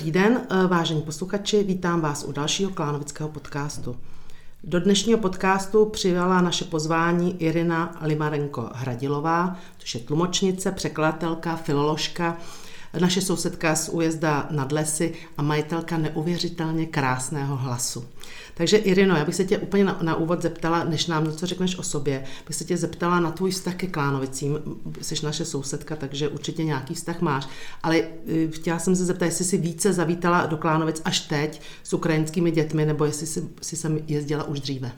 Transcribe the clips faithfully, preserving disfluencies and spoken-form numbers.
Dobrý den, vážení posluchači, vítám vás u dalšího klánovického podcastu. Do dnešního podcastu přijala naše pozvání Irina Limarenko-Hradilová, což je tlumočnice, překladatelka, filoložka, naše sousedka z Újezda nad Lesy a majitelka neuvěřitelně krásného hlasu. Takže Irino, já bych se tě úplně na, na úvod zeptala, než nám něco řekneš o sobě, bych se tě zeptala na tvůj vztah ke Klánovicím. Jsi naše sousedka, takže určitě nějaký vztah máš, ale chtěla jsem se zeptat, jestli jsi více zavítala do Klánovic až teď s ukrajinskými dětmi, nebo jestli jsi, jsi sem jezdila už dříve.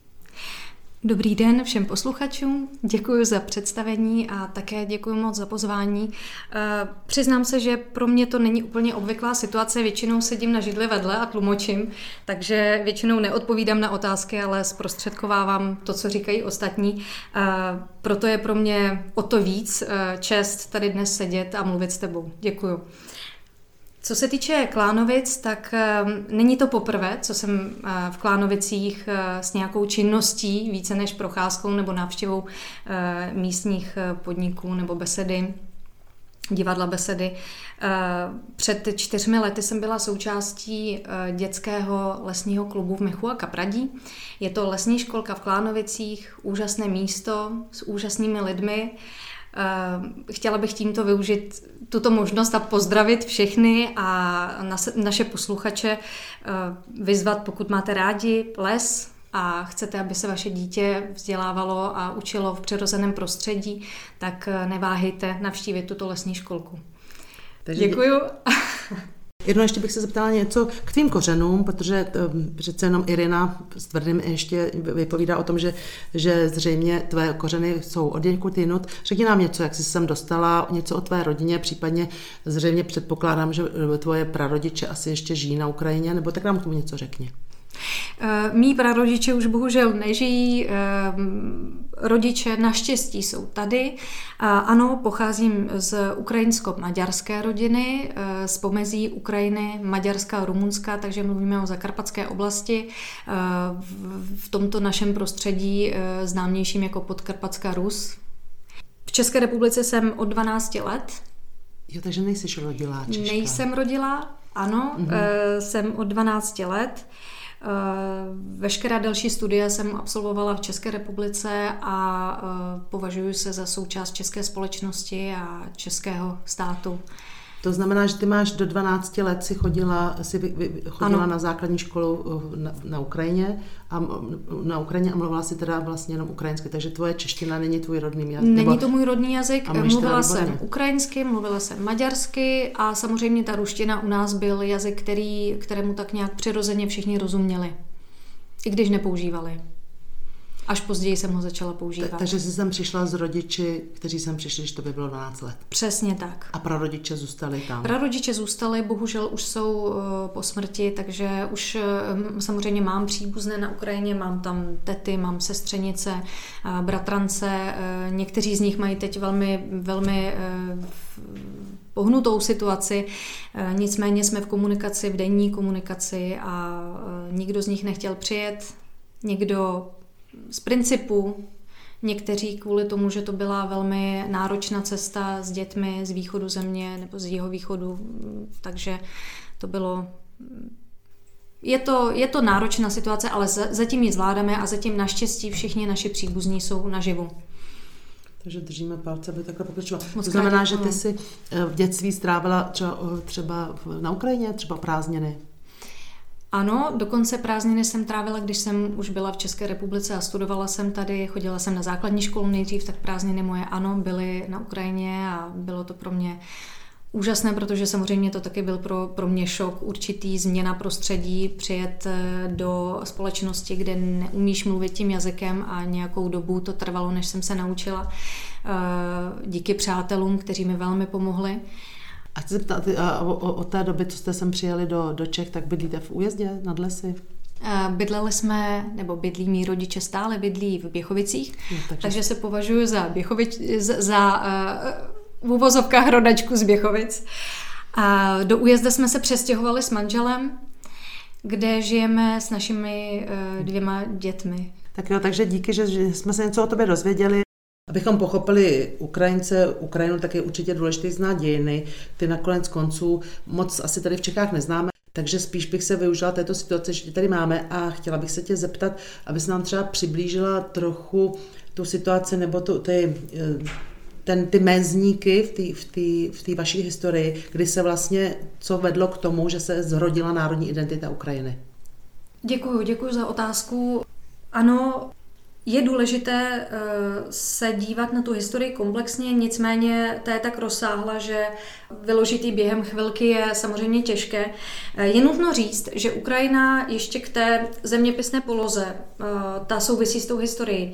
Dobrý den všem posluchačům, děkuji za představení a také děkuji moc za pozvání. E, přiznám se, že pro mě to není úplně obvyklá situace, většinou sedím na židli vedle a tlumočím, takže většinou neodpovídám na otázky, ale zprostředkovávám to, co říkají ostatní. E, proto je pro mě o to víc čest tady dnes sedět a mluvit s tebou. Děkuji. Co se týče Klánovic, tak není to poprvé, co jsem v Klánovicích s nějakou činností, více než procházkou nebo návštěvou místních podniků nebo besedy, divadla Besedy. Před čtyřmi lety jsem byla součástí dětského lesního klubu v Mechu a Kapradí. Je to lesní školka v Klánovicích, úžasné místo s úžasnými lidmi. Chtěla bych tímto využít tuto možnost a pozdravit všechny a naše posluchače vyzvat, pokud máte rádi les a chcete, aby se vaše dítě vzdělávalo a učilo v přirozeném prostředí, tak neváhejte navštívit tuto lesní školku. Takže děkuju. Jedno ještě bych se zeptala něco k tvým kořenům, protože přece jenom Irina s tvrdým ještě vypovídá o tom, že, že zřejmě tvé kořeny jsou od někud jinut. Řekni nám něco, jak jsi sem dostala, něco o tvé rodině, případně zřejmě předpokládám, že tvoje prarodiče asi ještě žijí na Ukrajině, nebo tak nám k tomu něco řekni. Mí prarodiče už bohužel nežijí, rodiče naštěstí jsou tady. Ano, pocházím z ukrajinsko-maďarské rodiny, z pomezí Ukrajiny, Maďarska a Rumunska, takže mluvíme o zakarpatské oblasti. V tomto našem prostředí známějším jako Podkarpatská Rus. V České republice jsem od dvanácti let. Jo, takže nejsi rodilá Češka. Nejsem rodilá, ano, mm-hmm. Jsem od dvanácti let. Veškerá další studia jsem absolvovala v České republice a považuji se za součást české společnosti a českého státu. To znamená, že ty máš do dvanácti let si chodila, si chodila na základní školu na, na Ukrajině a na Ukrajině a mluvila si teda vlastně jenom ukrajinsky, takže tvoje čeština není tvůj rodný jazyk. Není nebo, to můj rodný jazyk, mluvila jsem ukrajinsky, mluvila jsem maďarsky a samozřejmě ta ruština u nás byl jazyk, který, kterému tak nějak přirozeně všichni rozuměli, i když nepoužívali. Až později jsem ho začala používat. Takže jsi sem přišla s rodiči, kteří sem přišli, když to by bylo dvanáct let. Přesně tak. A prarodiče zůstali tam? Prarodiče zůstali, bohužel už jsou uh, po smrti, takže už uh, samozřejmě mám příbuzné na Ukrajině, mám tam tety, mám sestřenice, uh, bratrance, uh, někteří z nich mají teď velmi, velmi uh, pohnutou situaci, uh, nicméně jsme v komunikaci, v denní komunikaci a uh, nikdo z nich nechtěl přijet, někdo z principu, někteří kvůli tomu, že to byla velmi náročná cesta s dětmi z východu země nebo z jihovýchodu, takže to bylo... Je to, je to náročná situace, ale zatím ji zvládáme a zatím naštěstí všichni naši příbuzní jsou naživu. Takže držíme palce, aby takhle pokračovala. To znamená, že ty si v dětství strávila třeba, třeba na Ukrajině, třeba prázdniny? Ano, dokonce prázdniny jsem trávila, když jsem už byla v České republice a studovala jsem tady, chodila jsem na základní školu nejdřív, tak prázdniny moje ano, byly na Ukrajině a bylo to pro mě úžasné, protože samozřejmě to taky byl pro, pro mě šok, určitý změna prostředí, přijet do společnosti, kde neumíš mluvit tím jazykem a nějakou dobu to trvalo, než jsem se naučila, díky přátelům, kteří mi velmi pomohli. A chci se ptát, a od té doby, co jste sem přijeli do, do Čech, tak bydlíte v Újezdě nad Lesy? Bydleli jsme, nebo bydlí mý rodiče stále, bydlí v Běchovicích, no, takže... takže se považuji za, Běchovič, za, za uh, v uvozovkách rodačku z Běchovic. A do Újezda jsme se přestěhovali s manželem, kde žijeme s našimi uh, dvěma dětmi. Tak jo, takže díky, že, že jsme se něco o tobě dozvěděli. Abychom pochopili Ukrajince, Ukrajinu, tak je určitě důležité znát dějiny. Ty nakonec konců moc asi tady v Čechách neznáme. Takže spíš bych se využila této situace, že tě tady máme a chtěla bych se tě zeptat, abys nám třeba přiblížila trochu tu situaci nebo tu, ty, ten, ty mezníky v té v té, v té vaší historii, kdy se vlastně, co vedlo k tomu, že se zrodila národní identita Ukrajiny. Děkuju, děkuju za otázku. Ano, je důležité se dívat na tu historii komplexně, nicméně ta je tak rozsáhla, že vyložit ji během chvilky je samozřejmě těžké. Je nutno říct, že Ukrajina ještě k té zeměpisné poloze, ta souvisí s tou historií.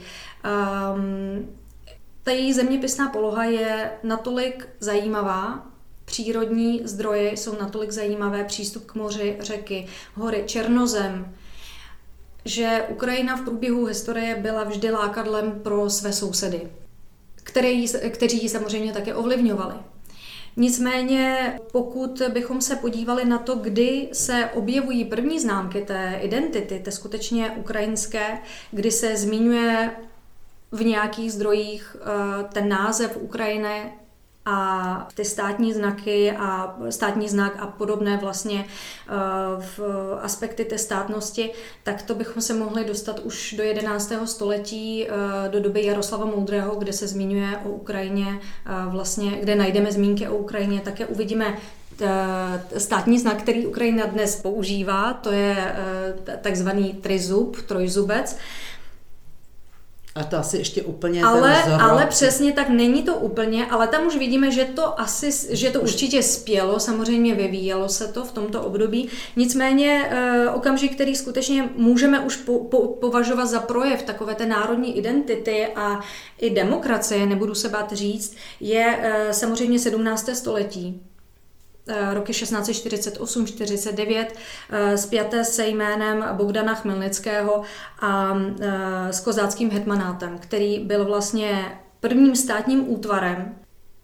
Ta její zeměpisná poloha je natolik zajímavá, přírodní zdroje jsou natolik zajímavé, přístup k moři, řeky, hory, černozem, že Ukrajina v průběhu historie byla vždy lákadlem pro své sousedy, který, kteří ji samozřejmě také ovlivňovali. Nicméně, pokud bychom se podívali na to, kdy se objevují první známky té identity, té skutečně ukrajinské, kdy se zmiňuje v nějakých zdrojích ten název Ukrajiny a ty státní znaky a státní znak a podobné vlastně v aspekty té státnosti, tak to bychom se mohli dostat už do jedenáctého století, do doby Jaroslava Moudrého, kde se zmiňuje o Ukrajině, vlastně, kde najdeme zmínky o Ukrajině, také uvidíme státní znak, který Ukrajina dnes používá, to je takzvaný trizub, trojzubec. A to asi ještě úplně ale, ten ale přesně tak není to úplně, ale tam už vidíme, že to asi, že to určitě spělo, samozřejmě vyvíjelo se to v tomto období. Nicméně okamžik, který skutečně můžeme už po, po, považovat za projev takové té národní identity a i demokracie, nebudu se bát říct, je samozřejmě sedmnácté století. Roky šestnáct set čtyřicet osm čtyřicet devět, spjaté se jménem Bogdana Chmelnického a s kozáckým hetmanátem, který byl vlastně prvním státním útvarem,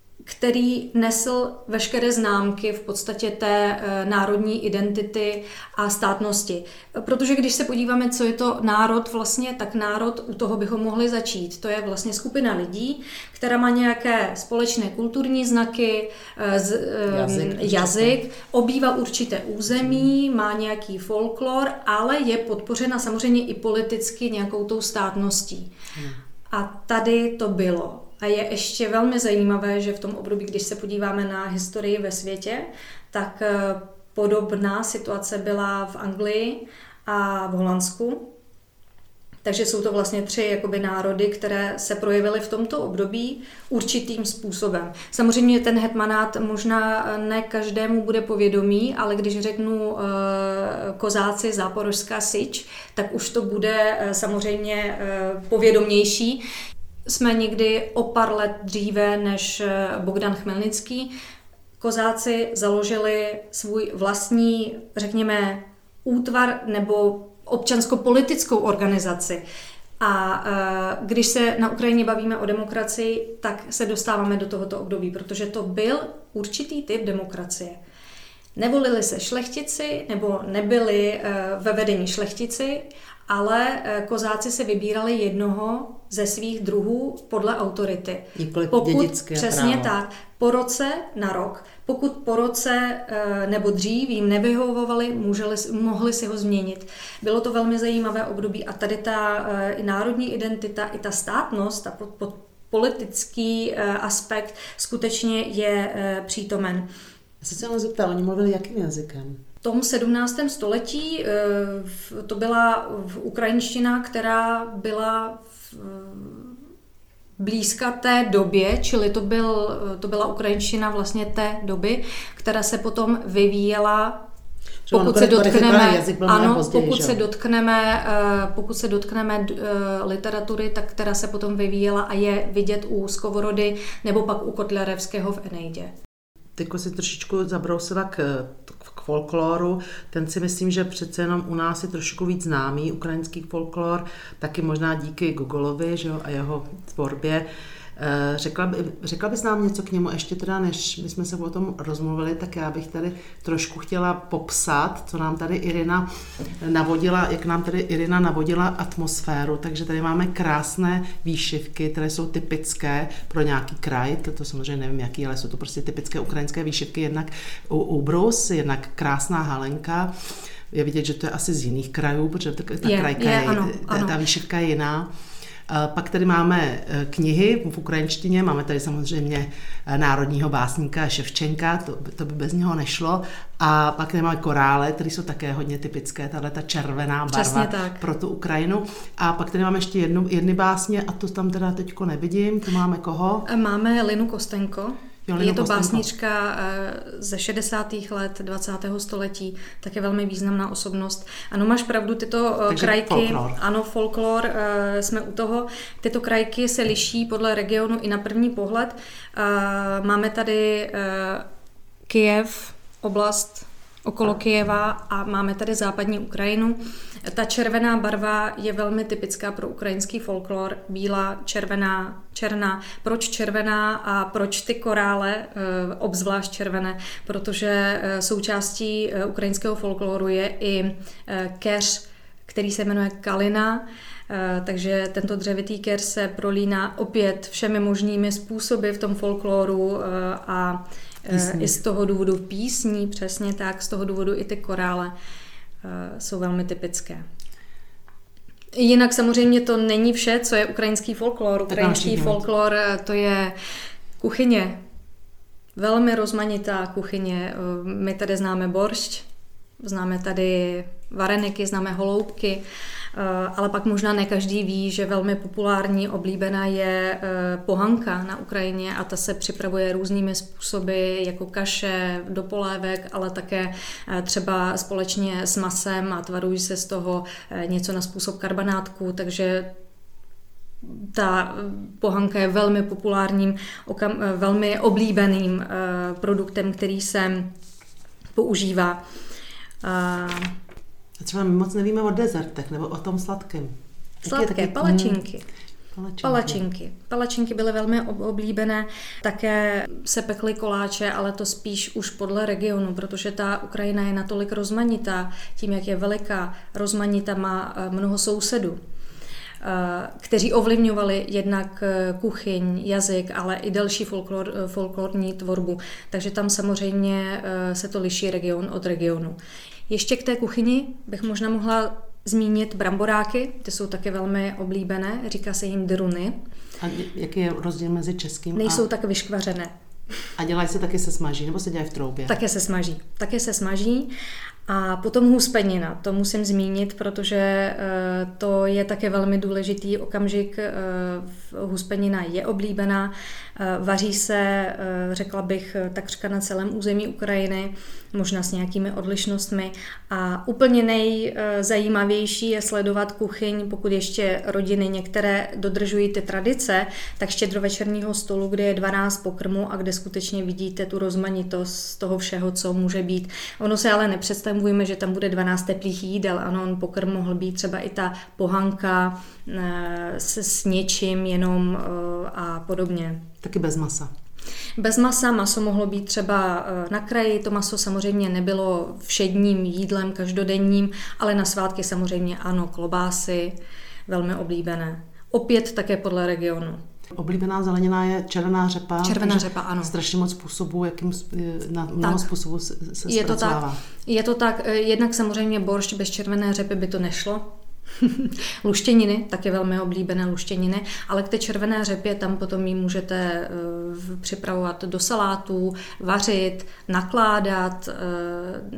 který nesl veškeré známky v podstatě té národní identity a státnosti. Protože když se podíváme, co je to národ vlastně, tak národ, u toho bychom mohli začít. To je vlastně skupina lidí, která má nějaké společné kulturní znaky, z, jazyk, jazyk obývá určité území, má nějaký folklor, ale je podpořena samozřejmě i politicky nějakou tou státností. Hmm. A tady to bylo. A je ještě velmi zajímavé, že v tom období, když se podíváme na historii ve světě, tak podobná situace byla v Anglii a v Holandsku. Takže jsou to vlastně tři jakoby národy, které se projevily v tomto období určitým způsobem. Samozřejmě ten hetmanát možná ne každému bude povědomý, ale když řeknu e, kozáci, Záporožská Syč, tak už to bude e, samozřejmě e, povědomější. Jsme někdy o pár let dříve než Bogdan Chmelnický. Kozáci založili svůj vlastní, řekněme, útvar nebo občansko-politickou organizaci. A když se na Ukrajině bavíme o demokracii, tak se dostáváme do tohoto období, protože to byl určitý typ demokracie. Nevolili se šlechtici, nebo nebyli ve vedení šlechtici, ale kozáci se vybírali jednoho ze svých druhů podle autority. Nikoliv pokud dědické přesně právo. tak, po roce na rok. Pokud po roce nebo dřív jim nevyhovovali, můželi, mohli si ho změnit. Bylo to velmi zajímavé období a tady ta i národní identita, i ta státnost, ta pod, pod politický aspekt skutečně je přítomen. Já se chtěla zeptat, oni mluvili jakým jazykem? V tom sedmnáctém století to byla ukrajinština, která byla blízka té době, čili to, byl, to byla ukrajinština vlastně té doby, která se potom vyvíjela. Pokud se dotkneme, ano, později, pokud se dotkneme, pokud se dotkneme literatury, tak která se potom vyvíjela a je vidět u Skovorody nebo pak u Kotlerevského v Eneidě. Teďko si trošičku zabrousila k, k folkloru. Ten si myslím, že přece jenom u nás je trošku víc známý, ukrajinský folklor, taky možná díky Gogolovi, že jo, a jeho tvorbě. Řekla, by, řekla bys nám něco k němu ještě teda, než my jsme se o tom rozmluvili, tak já bych tady trošku chtěla popsat, co nám tady Irina navodila, jak nám tady Irina navodila atmosféru, takže tady máme krásné výšivky, které jsou typické pro nějaký kraj, to, to samozřejmě nevím jaký, ale jsou to prostě typické ukrajinské výšivky, jednak úbrus, jednak krásná halenka. Je vidět, že to je asi z jiných krajů, protože ta, ta je, krajka je, je, ano, ta, ano. ta výšivka je jiná. Pak tady máme knihy v ukrajinštině, máme tady samozřejmě národního básníka Ševčenka, to, to by bez něho nešlo. A pak tady máme korále, které jsou také hodně typické, tahle ta červená barva pro tu Ukrajinu. A pak tady máme ještě jednu, jedny básně, a to tam teda teďko nevidím, tu máme koho? Máme Linu Kostenko. Jo, je to Kostenko. Básnička ze šedesátých let dvacátého století, také velmi významná osobnost. Ano, máš pravdu, tyto Takže krajky, folklor. ano, folklor, jsme u toho. Tyto krajky se liší podle regionu i na první pohled. Máme tady Kyjev, oblast okolo Kyjeva a máme tady západní Ukrajinu. Ta červená barva je velmi typická pro ukrajinský folklor, bílá, červená, černá. Proč červená a proč ty korále, obzvlášť červené? Protože součástí ukrajinského folkloru je i keř, který se jmenuje kalina, takže tento dřevitý keř se prolíná opět všemi možnými způsoby v tom folkloru a Písní. I z toho důvodu písní, přesně tak, z toho důvodu i ty korále uh, jsou velmi typické. Jinak samozřejmě to není vše, co je ukrajinský folklor. Ukrajinský folklor to je kuchyně, velmi rozmanitá kuchyně. My tady známe boršť, známe tady vareniky, známe holoubky, ale pak možná ne každý ví, že velmi populární, oblíbená je pohanka na Ukrajině a ta se připravuje různými způsoby, jako kaše, do polévek, ale také třeba společně s masem a tvarují se z toho něco na způsob karbanátku, takže ta pohanka je velmi populárním, velmi oblíbeným produktem, který se používá. A třeba my moc nevíme o dezertech nebo o tom sladkém. Sladké, taky... palačinky. Palačinky. Palačinky. Palačinky byly velmi oblíbené. Také se pekly koláče, ale to spíš už podle regionu, protože ta Ukrajina je natolik rozmanitá, tím, jak je veliká, rozmanitá, má mnoho sousedů, kteří ovlivňovali jednak kuchyň, jazyk, ale i další folklor, folklorní tvorbu. Takže tam samozřejmě se to liší region od regionu. Ještě k té kuchyni bych možná mohla zmínit bramboráky, ty jsou také velmi oblíbené, říká se jim druny. A jaký je rozdíl mezi českým? Nejsou a... tak vyškvařené. A dělají se taky se smaží, nebo se dělají v troubě? Také se smaží. Také se smaží. A potom huspenina, to musím zmínit, protože to je také velmi důležitý okamžik. Huspenina je oblíbená, vaří se, řekla bych, takřka na celém území Ukrajiny, možná s nějakými odlišnostmi. A úplně nejzajímavější je sledovat kuchyň, pokud ještě rodiny některé dodržují ty tradice, tak štědrovečerního stolu, kde je dvanáct pokrmů a kde skutečně vidíte tu rozmanitost toho všeho, co může být. Ono se ale nepředstavujeme, že tam bude dvanáct teplých jídel. Ano, on pokrm mohl být třeba i ta pohanka se s něčím jenom a podobně. Taky bez masa. Bez masa, maso mohlo být třeba na kraji, to maso samozřejmě nebylo všedním jídlem každodenním, ale na svátky samozřejmě ano, klobásy, velmi oblíbené. Opět také podle regionu. Oblíbená zelenina je červená řepa. Červená řepa, ano. Strašně moc způsobů, jakým na mnoho způsobů se, se je zpracovává. To tak. Je to tak, jednak samozřejmě boršť bez červené řepy by to nešlo. Luštěniny, taky velmi oblíbené luštěniny, ale k té červené řepě tam potom ji můžete uh, připravovat do salátů, vařit, nakládat. Uh,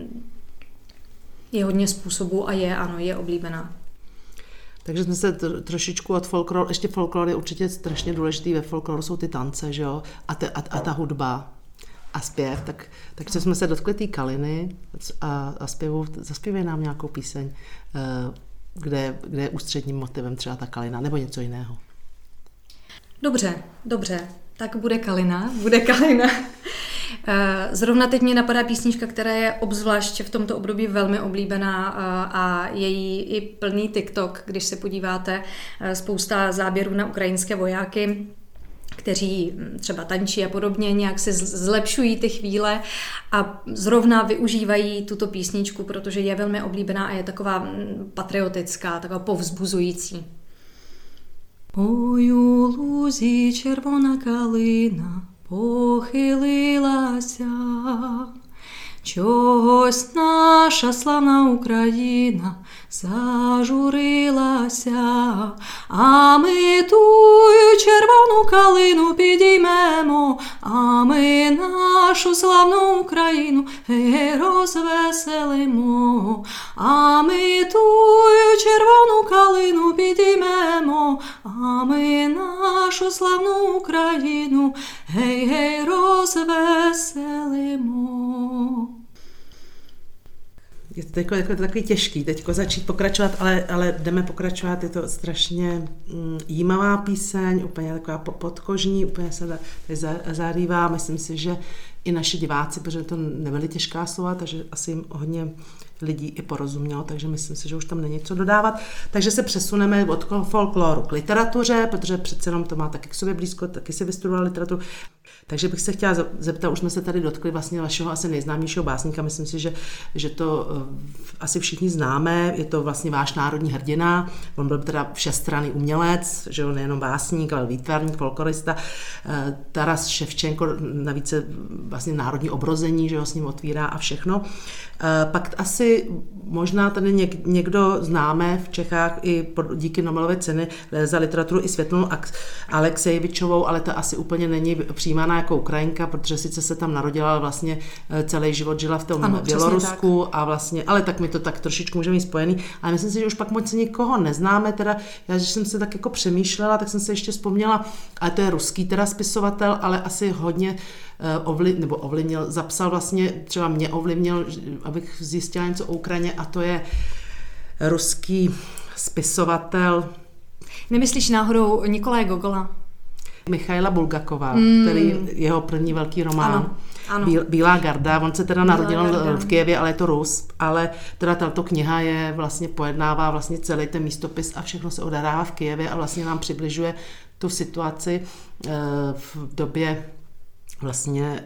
je hodně způsobů a je, ano, je oblíbená. Takže jsme se trošičku od folkloru, ještě folklor je určitě strašně důležitý, ve folkloru jsou ty tance, že jo, a, te, a, a ta hudba a zpěv, tak, takže jsme se dotkli té kaliny a, a zpěvu, zaspívej nám nějakou píseň, uh, Kde, kde je ústředním motivem třeba ta kalina, nebo něco jiného. Dobře, dobře, tak bude kalina, bude kalina. Zrovna teď mě napadá písnička, která je obzvlášť v tomto období velmi oblíbená a je jí i plný TikTok, když se podíváte, spousta záběrů na ukrajinské vojáky. kteří třeba tančí a podobně, nějak se zlepšují ty chvíle a zrovna využívají tuto písničku, protože je velmi oblíbená a je taková patriotická, taková povzbuzující. Ой, у лузі червона калина похилилася, чогось наша славна Україна зажурилася, а ми тую червону калину підіймемо, а ми нашу славну Україну гей розвеселимо, а ми тую червону калину підіймемо, а ми нашу славну Україну гей гей розвеселимо. Je to, jako, jako takový těžký teďko začít pokračovat, ale, ale jdeme pokračovat, je to strašně mm, jímavá píseň, úplně taková podkožní, úplně se tady zarývá, myslím si, že i naši diváci, protože to nebyly těžká slova, takže asi jim hodně lidí i porozumělo, takže myslím si, že už tam není co dodávat. Takže se přesuneme od folkloru k literatuře, protože přece jenom to má taky k sobě blízko, taky si vystudovala literaturu. Takže bych se chtěla zeptat, už jsme se tady dotkli vlastně vašeho asi nejznámějšího básníka, myslím si, že, že to uh, asi všichni známe, je to vlastně váš národní hrdina, on byl teda všestranný umělec, že jo, nejenom básník, ale výtvarník, folklorista, uh, Taras Ševčenko, navíc vlastně národní obrození, že jo, s ním otvírá a všechno. Uh, pak asi možná tady něk, někdo známe v Čechách i pod, díky Nobelově ceny za literaturu i Světlanu Aleksejevičovou, ale to asi úplně není přijímána jako Ukrajinka, protože sice se tam narodila, ale vlastně celý život žila v tom ano, Bělorusku a vlastně, ale tak my to tak trošičku můžeme mít spojený, ale myslím si, že už pak moc nikoho neznáme, teda já, když jsem se tak jako přemýšlela, tak jsem se ještě vzpomněla, ale to je ruský teda spisovatel, ale asi hodně ovli, nebo ovlivnil, zapsal vlastně, třeba mě ovlivnil, abych zjistila něco o Ukrajině, a to je ruský spisovatel. Nemyslíš náhodou Nikolaje Gogola? Michaila Bulgakova, mm. který jeho první velký román. Ano, ano. Bíl, Bílá garda, on se teda narodil v Kyjevě, ale je to Rus, ale teda tato kniha je vlastně pojednává vlastně celý ten místopis a všechno se odehrává v Kyjevě a vlastně nám přibližuje tu situaci v době vlastně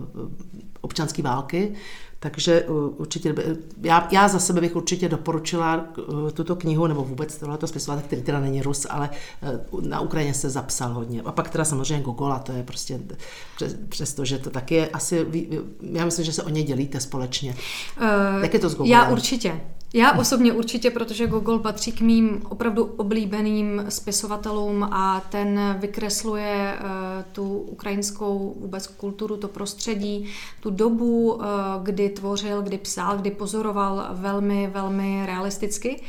občanské války. Takže určitě, já, já za sebe bych určitě doporučila tuto knihu, nebo vůbec tohleto spisovatel, který teda není Rus, ale na Ukrajině se zapsal hodně. A pak teda samozřejmě Gogola, to je prostě, přesto, že to taky je asi, já myslím, že se o něj dělíte společně. Uh, Jak je to s Gogolem? Já určitě. Já osobně určitě, protože Gogol patří k mým opravdu oblíbeným spisovatelům a ten vykresluje uh, tu ukrajinskou vůbec kulturu, to prostředí, tu dobu, uh, kdy tvořil, kdy psal, kdy pozoroval velmi, velmi realisticky.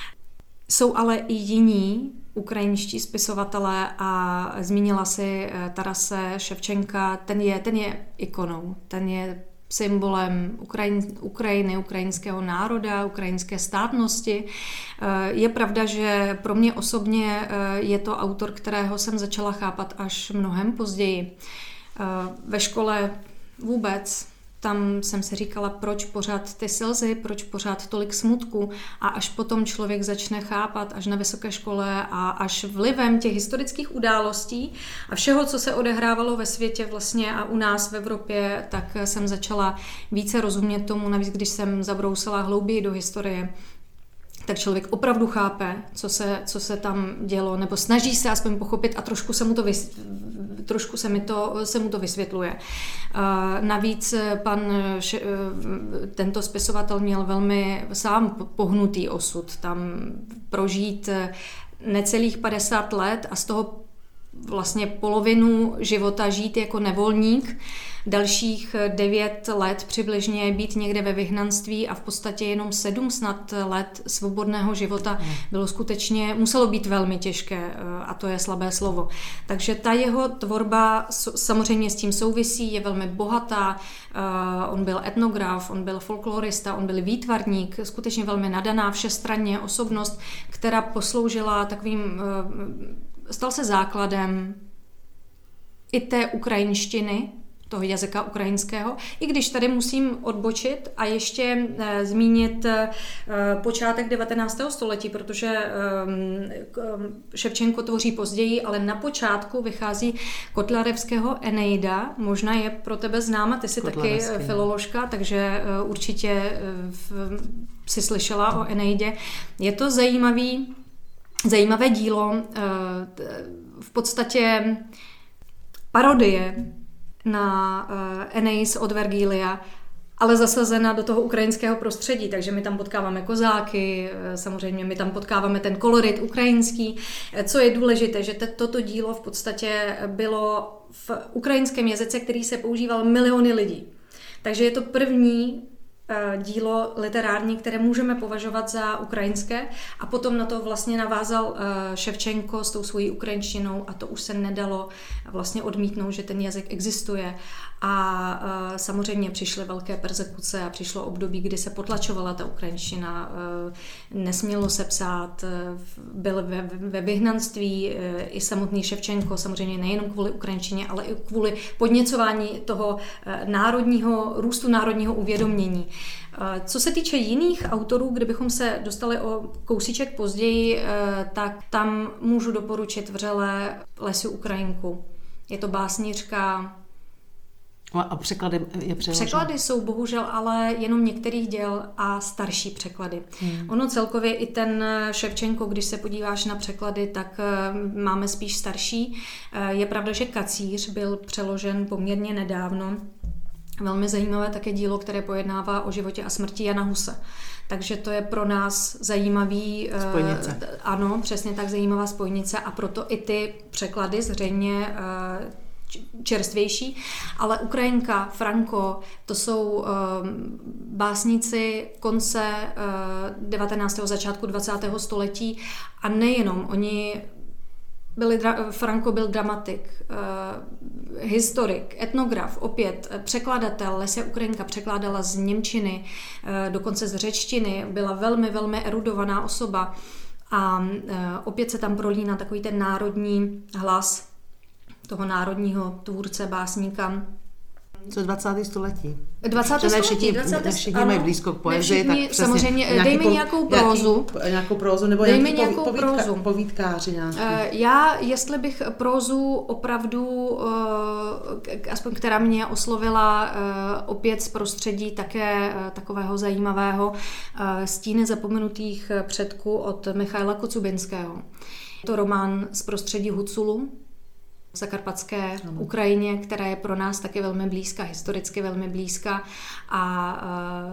Jsou ale i jiní ukrajinští spisovatelé a zmínila si uh, Tarase Ševčenka, ten je, ten je ikonou, ten je symbolem Ukrajin, Ukrajiny, ukrajinského národa, ukrajinské státnosti. Je pravda, že pro mě osobně je to autor, kterého jsem začala chápat až mnohem později. Ve škole vůbec, tam jsem si říkala, proč pořád ty slzy, proč pořád tolik smutku a až potom člověk začne chápat, až na vysoké škole a až vlivem těch historických událostí a všeho, co se odehrávalo ve světě vlastně a u nás v Evropě, tak jsem začala více rozumět tomu, navíc když jsem zabrousila hlouběji do historie, tak člověk opravdu chápe, co se, co se tam dělo, nebo snaží se aspoň pochopit a trošku se mu to, vys, trošku se mi to, se mu to vysvětluje. Uh, navíc pan, tento spisovatel měl velmi sám pohnutý osud, tam prožít necelých padesát let a z toho vlastně polovinu života žít jako nevolník, dalších devět let přibližně být někde ve vyhnanství a v podstatě jenom sedm snad let svobodného života bylo skutečně, muselo být velmi těžké a to je slabé slovo. Takže ta jeho tvorba samozřejmě s tím souvisí, je velmi bohatá, on byl etnograf, on byl folklorista, on byl výtvarník, skutečně velmi nadaná všestranně osobnost, která posloužila takovým, stal se základem i té ukrajinštiny, toho jazyka ukrajinského. I když tady musím odbočit a ještě e, zmínit e, počátek devatenáctého století, protože e, Ševčenko tvoří později, ale na počátku vychází Kotlarevského Eneida. Možná je pro tebe známa, ty jsi taky filoložka, takže e, určitě e, v, jsi slyšela o Eneidě. Je to zajímavý, zajímavé dílo, e, v podstatě parodie na uh, Eneis od Vergilia, ale zasazena do toho ukrajinského prostředí, takže my tam potkáváme kozáky, samozřejmě my tam potkáváme ten kolorit ukrajinský. Co je důležité, že toto dílo v podstatě bylo v ukrajinském jazyce, který se používal miliony lidí. Takže je to první dílo literární, které můžeme považovat za ukrajinské, a potom na to vlastně navázal Ševčenko s tou svojí ukrajinštinou a to už se nedalo vlastně odmítnout, že ten jazyk existuje. A samozřejmě přišly velké perzekuce a přišlo období, kdy se potlačovala ta ukrajinština, nesmělo se psát, byl ve, ve vyhnanství i samotný Ševčenko, samozřejmě nejenom kvůli ukrajinštině, ale i kvůli podněcování toho národního, růstu národního uvědomění. Co se týče jiných autorů, kdybychom se dostali o kousíček později, tak tam můžu doporučit vřele Lesiu Ukrajinku. Je to básnířka. A překlady je přeložen? Překlady jsou bohužel ale jenom některých děl a starší překlady. Hmm. Ono celkově i ten Ševčenko, když se podíváš na překlady, tak máme spíš starší. Je pravda, že Kacíř byl přeložen poměrně nedávno. Velmi zajímavé také dílo, které pojednává o životě a smrti Jana Huse. Takže to je pro nás zajímavý... Spojnice. Uh, ano, přesně tak zajímavá spojnice a proto i ty překlady zřejmě uh, čerstvější, ale Ukrajinka, Franko, to jsou uh, básníci konce uh, devatenáctého začátku dvacátého století a nejenom, oni byli, Franko byl dramatik, uh, historik, etnograf, opět překladatel, Lesia Ukrajinka překládala z němčiny, uh, dokonce z řečtiny, byla velmi, velmi erudovaná osoba a uh, opět se tam prolíná takový ten národní hlas toho národního tvůrce, básníka. Co dvacátého století? dvacátého století. Ne všichni mají blízko k poezii, tak přesně. Samozřejmě, dejme po, nějakou prózu. Nějaký, nějakou prózu, nebo dejme nějaký nějakou povídka, prózu. povídkáři nějaký. Já, jestli bych prózu opravdu, aspoň která mě oslovila opět z prostředí také takového zajímavého, Stíny zapomenutých předků od Michaila Kocubinského. Je to román z prostředí Huculu, v zakarpatské Ukrajině, která je pro nás taky velmi blízká, historicky velmi blízká, a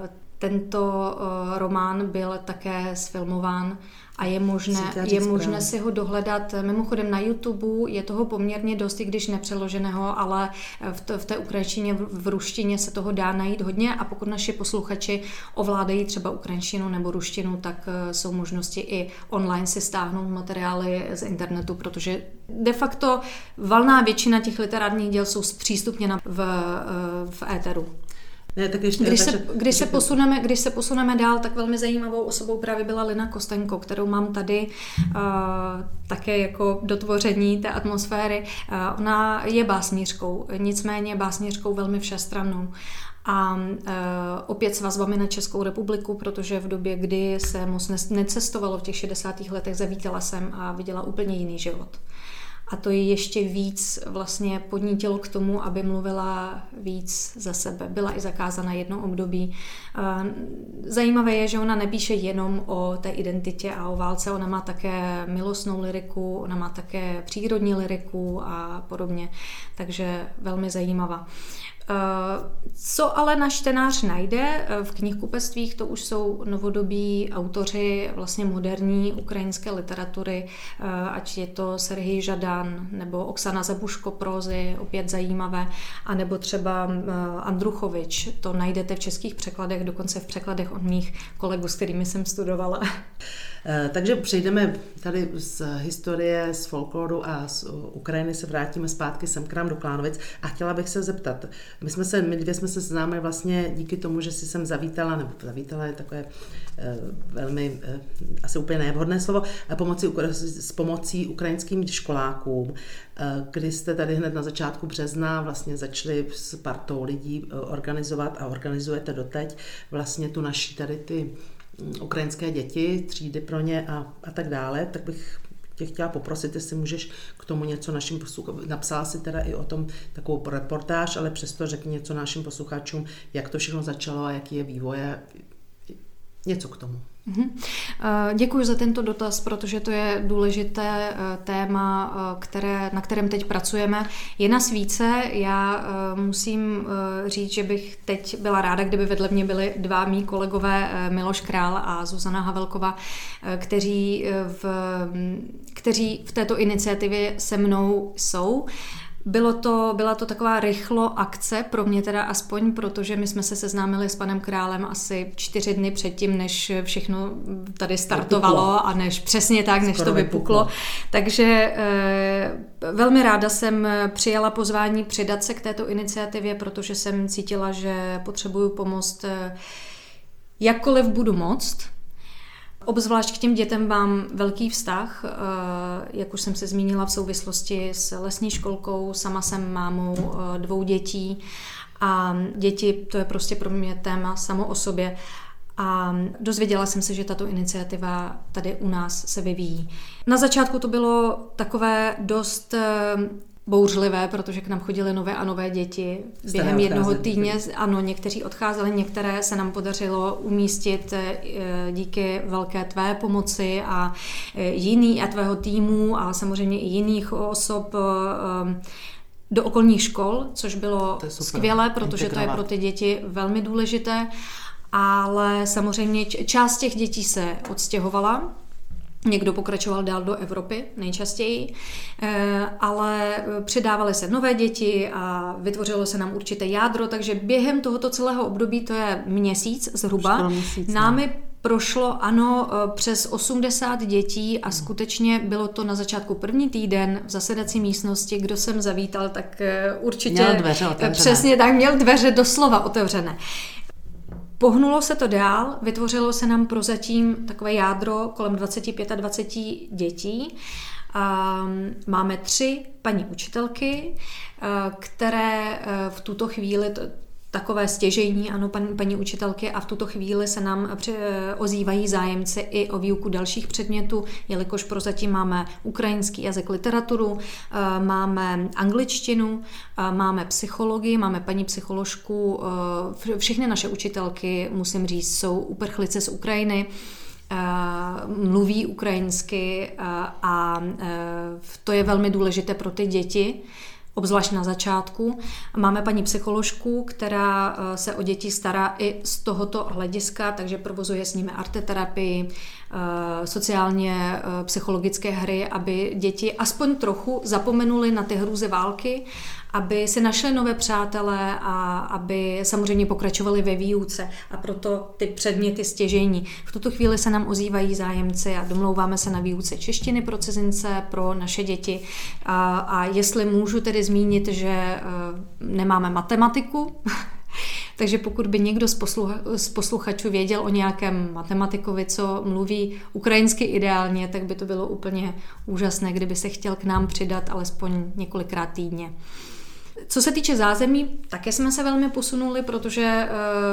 tento román byl také sfilmován a je možné, je možné si ho dohledat. Mimochodem na YouTube je toho poměrně dost, i když nepřeloženého, ale v, to, v té ukrajinštině, v ruštině se toho dá najít hodně, a pokud naši posluchači ovládají třeba ukrajinštinu nebo ruštinu, tak jsou možnosti i online si stáhnout materiály z internetu, protože de facto valná většina těch literárních děl jsou zpřístupněna v, v éteru. Ne, tak ještě, když, takže, se, když, se posuneme, když se posuneme dál, tak velmi zajímavou osobou právě byla Lina Kostenko, kterou mám tady uh, také jako dotvoření té atmosféry. Uh, ona je básnířkou, nicméně básnířkou velmi všestrannou. A uh, opět s vazbami na Českou republiku, protože v době, kdy se moc necestovalo v těch šedesátých letech, zavítala jsem a viděla úplně jiný život. A to ji ještě víc vlastně podnítilo k tomu, aby mluvila víc za sebe. Byla i zakázána jedno období. Zajímavé je, že ona nepíše jenom o té identitě a o válce, ona má také milostnou lyriku, ona má také přírodní lyriku a podobně. Takže velmi zajímavá. Co ale náš čtenář najde v knihkupectvích, to už jsou novodobí autoři vlastně moderní ukrajinské literatury, ať je to Serhij Žadan nebo Oksana Zabuško prózy, opět zajímavé, anebo třeba Andruchovič, to najdete v českých překladech, dokonce v překladech od mých kolegů, s kterými jsem studovala. Takže přejdeme tady z historie, z folkloru a z Ukrajiny se vrátíme zpátky sem k nám do Klánovic a chtěla bych se zeptat, my jsme se, my dvě jsme se známili vlastně díky tomu, že si sem zavítala, nebo zavítala je takové velmi, asi úplně nevhodné slovo, pomoci, s pomocí ukrajinským školákům, kdy jste tady hned na začátku března vlastně začali s partou lidí organizovat a organizujete doteď vlastně tu naší tady ty ukrajinské děti, třídy pro ně a, a tak dále, tak bych tě chtěla poprosit, jestli můžeš k tomu něco našim posluchačům, napsala si teda i o tom takovou reportáž, ale přesto řekni něco našim posluchačům, jak to všechno začalo a jaký je vývoj, něco k tomu. Děkuji za tento dotaz, protože to je důležité téma, které, na kterém teď pracujeme. Je nás více, já musím říct, že bych teď byla ráda, kdyby vedle mě byli dva mý kolegové, Miloš Král a Zuzana Havelková, kteří v, kteří v této iniciativě se mnou jsou. Bylo to, byla to taková rychlo akce, pro mě teda aspoň, protože my jsme se seznámili s panem Králem asi čtyři dny předtím, než všechno tady startovalo a než přesně tak, než Skoro to vypuklo. vypuklo. Takže e, velmi ráda jsem přijala pozvání přidat se k této iniciativě, protože jsem cítila, že potřebuju pomoct, e, jakkoliv budu moct. Obzvlášť k těm dětem mám velký vztah, jak už jsem se zmínila v souvislosti s lesní školkou, sama jsem mámou dvou dětí a děti, to je prostě pro mě téma samo o sobě a dozvěděla jsem se, že tato iniciativa tady u nás se vyvíjí. Na začátku to bylo takové dost bouřlivé, protože k nám chodily nové a nové děti. Během jednoho týdne, ano, někteří odcházeli, některé se nám podařilo umístit díky velké tvé pomoci a jiný a tvého týmu a samozřejmě i jiných osob do okolních škol, což bylo skvělé, protože integrovat. To je pro ty děti velmi důležité, ale samozřejmě část těch dětí se odstěhovala. Někdo pokračoval dál do Evropy, nejčastěji, ale přidávaly se nové děti a vytvořilo se nám určité jádro, takže během tohoto celého období, to je měsíc zhruba, měsíc, námi prošlo, ano, přes osmdesát dětí a skutečně bylo to na začátku první týden v zasedací místnosti, kdo sem zavítal, tak určitě měl dveře otevřené. Přesně tak, měl dveře doslova otevřené. Pohnulo se to dál, vytvořilo se nám prozatím takové jádro kolem dvacet pět a dvacet dětí. Máme tři paní učitelky, které v tuto chvíli, takové stěžejní, ano, paní, paní učitelky, a v tuto chvíli se nám ozývají zájemci i o výuku dalších předmětů, jelikož prozatím máme ukrajinský jazyk, literaturu, máme angličtinu, máme psychologii, máme paní psycholožku, všechny naše učitelky, musím říct, jsou uprchlice z Ukrajiny, mluví ukrajinsky a to je velmi důležité pro ty děti, obzvlášť na začátku. Máme paní psycholožku, která se o děti stará i z tohoto hlediska, takže provozuje s nimi arteterapii, sociálně psychologické hry, aby děti aspoň trochu zapomenuly na ty hrůzy války, aby si našli nové přátelé a aby samozřejmě pokračovali ve výuce a proto ty předměty stěžejní. V tuto chvíli se nám ozývají zájemci a domlouváme se na výuce češtiny pro cizince, pro naše děti a, a jestli můžu tedy zmínit, že nemáme matematiku, takže pokud by někdo z, poslucha, z posluchačů věděl o nějakém matematikovi, co mluví ukrajinsky ideálně, tak by to bylo úplně úžasné, kdyby se chtěl k nám přidat alespoň několikrát týdně. Co se týče zázemí, také jsme se velmi posunuli, protože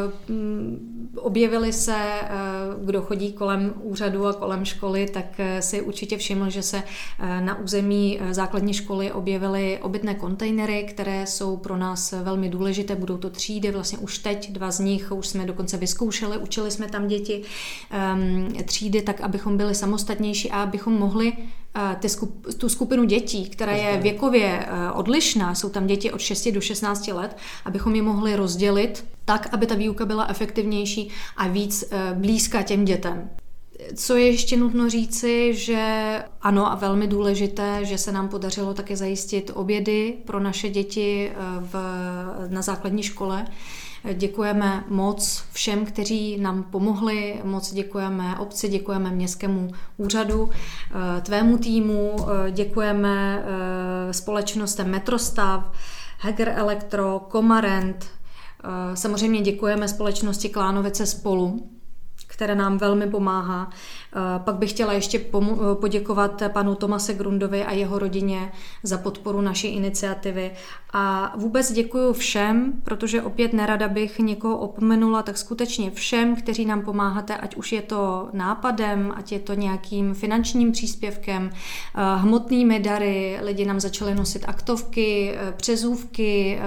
uh, objevili se, uh, kdo chodí kolem úřadu a kolem školy, tak uh, si určitě všiml, že se uh, na území uh, základní školy objevily obytné kontejnery, které jsou pro nás velmi důležité. Budou to třídy, vlastně už teď dva z nich, už jsme dokonce vyzkoušeli, učili jsme tam děti um, třídy, tak abychom byli samostatnější a abychom mohli Ty skup, tu skupinu dětí, která je věkově odlišná, jsou tam děti od šesti do šestnácti let, abychom je mohli rozdělit tak, aby ta výuka byla efektivnější a víc blízká těm dětem. Co je ještě nutno říci, že ano a velmi důležité, že se nám podařilo také zajistit obědy pro naše děti v, na základní škole. Děkujeme moc všem, kteří nám pomohli, moc děkujeme obci, děkujeme městskému úřadu, tvému týmu, děkujeme společnostem Metrostav, Heger Elektro, Komarent, samozřejmě děkujeme společnosti Klánovice Spolu, které nám velmi pomáhá. Pak bych chtěla ještě poděkovat panu Tomase Grundovi a jeho rodině za podporu naší iniciativy. A vůbec děkuji všem, protože opět nerada bych někoho opomenula, tak skutečně všem, kteří nám pomáháte, ať už je to nápadem, ať je to nějakým finančním příspěvkem, hmotnými dary, lidi nám začali nosit aktovky, přezůvky,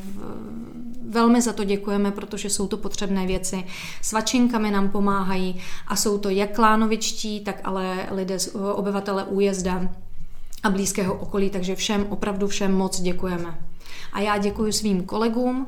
velmi za to děkujeme, protože jsou to potřebné věci. Svačinkami nám pomáhají a jsou to jak klánovičtí, tak ale lidé, obyvatele Újezda a blízkého okolí, takže všem, opravdu všem moc děkujeme. A já děkuji svým kolegům,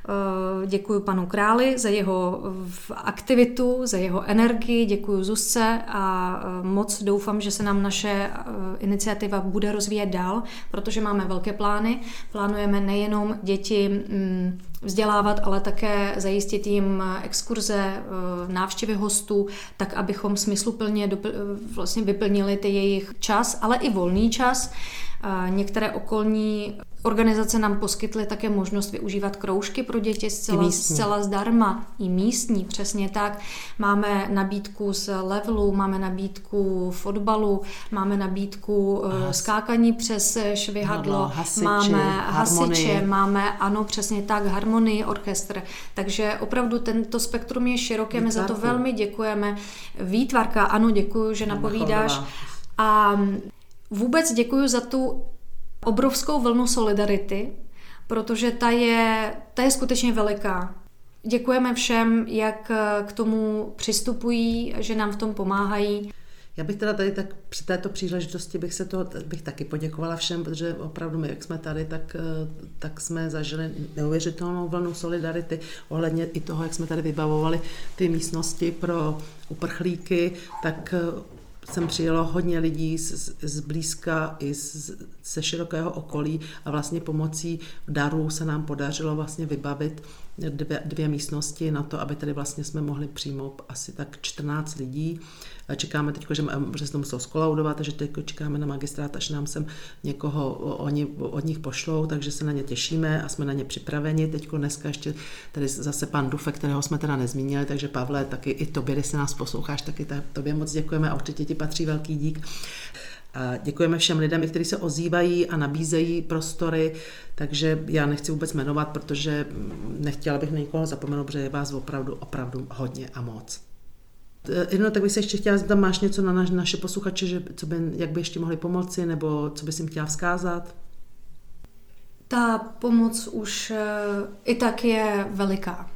děkuji panu Králi za jeho aktivitu, za jeho energii, děkuji Zuzce a moc doufám, že se nám naše iniciativa bude rozvíjet dál, protože máme velké plány. Plánujeme nejenom děti vzdělávat, ale také zajistit jim exkurze, návštěvy hostů, tak abychom smysluplně vlastně vyplnili ty jejich čas, ale i volný čas. Některé okolní organizace nám poskytly také možnost využívat kroužky pro děti zcela, zcela zdarma. I místní, přesně tak. Máme nabídku z levelu, máme nabídku fotbalu, máme nabídku Has. skákaní přes švihadlo, no, hasiči, máme hasiče, harmonii. máme, ano, přesně tak, harmonii, orchestr. Takže opravdu tento spektrum je široké, my za to velmi děkujeme. Výtvarka, ano, děkuju, že napovídáš. A vůbec děkuju za tu obrovskou vlnu solidarity, protože ta je, ta je skutečně veliká. Děkujeme všem, jak k tomu přistupují, že nám v tom pomáhají. Já bych teda tady tak při této příležitosti bych se to bych taky poděkovala všem, protože opravdu my, jak jsme tady, tak, tak jsme zažili neuvěřitelnou vlnu solidarity ohledně i toho, jak jsme tady vybavovali ty místnosti pro uprchlíky, tak sem přijelo hodně lidí z, z blízka i z, ze širokého okolí a vlastně pomocí darů se nám podařilo vlastně vybavit dvě, dvě místnosti na to, aby tady vlastně jsme mohli přijmout asi tak čtrnáct lidí. Čekáme teď, že, že se to muselo skolaudovat, takže teď čekáme na magistrát, až nám sem někoho oni, od nich pošlou, takže se na ně těšíme a jsme na ně připraveni. Teď dneska ještě tady zase pan Dufek, kterého jsme teda nezmínili, takže Pavle, taky i tobě, když se nás posloucháš, taky tobě moc děkujeme a určitě ti patří velký dík. A děkujeme všem lidem, kteří se ozývají a nabízejí prostory, takže já nechci vůbec jmenovat, protože nechtěla bych na nikoho zapomenout, protože je vás opravdu, opravdu hodně a moc. Jedno, tak bych se ještě chtěla zeptat, máš něco na naš, naše posluchače, že co by, jak by ještě mohli pomoci, nebo co bys jim chtěla vzkázat? Ta pomoc už i tak je veliká.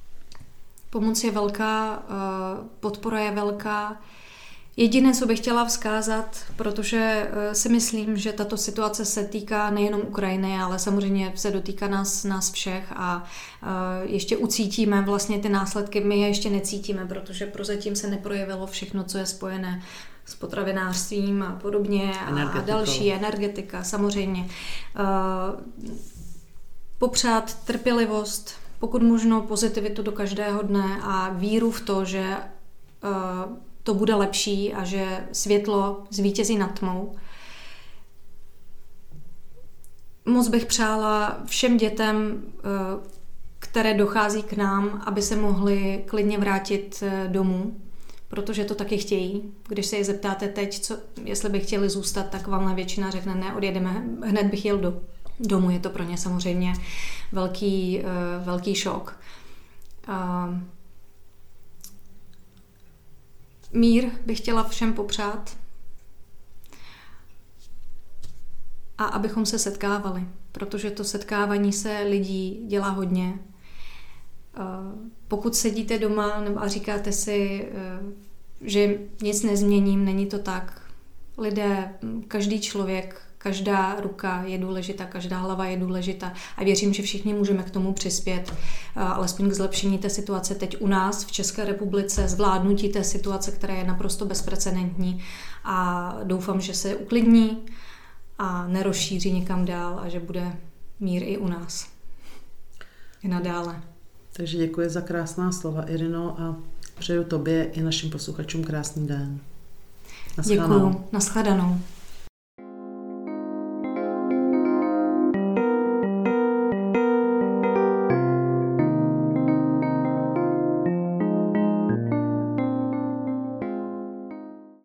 Pomoc je velká, podpora je velká. Jediné, co bych chtěla vzkázat, protože si myslím, že tato situace se týká nejenom Ukrajiny, ale samozřejmě se dotýká nás, nás všech a ještě ucítíme vlastně ty následky. My je ještě necítíme, protože prozatím se neprojevilo všechno, co je spojené s potravinářstvím a podobně a další, energetika samozřejmě. Popřát trpělivost, pokud možno pozitivitu do každého dne a víru v to, že to bude lepší a že světlo zvítězí nad tmou. Moc bych přála všem dětem, které dochází k nám, aby se mohli klidně vrátit domů, protože to taky chtějí. Když se je zeptáte teď, co, jestli by chtěli zůstat, tak vám většina řekne, ne, odjedeme, hned bych jel do domu. Je to pro ně samozřejmě velký, velký šok. Mír bych chtěla všem popřát a abychom se setkávali, protože to setkávání se lidí dělá hodně. Pokud sedíte doma a říkáte si, že nic nezměním, není to tak. Lidé, každý člověk, každá ruka je důležitá, každá hlava je důležitá a věřím, že všichni můžeme k tomu přispět, alespoň k zlepšení té situace teď u nás v České republice, zvládnutí té situace, která je naprosto bezprecedentní a doufám, že se uklidní a nerozšíří někam dál a že bude mír i u nás. I nadále. Takže děkuji za krásná slova, Irino, a přeju tobě i našim posluchačům krásný den. Děkuju. Nashledanou.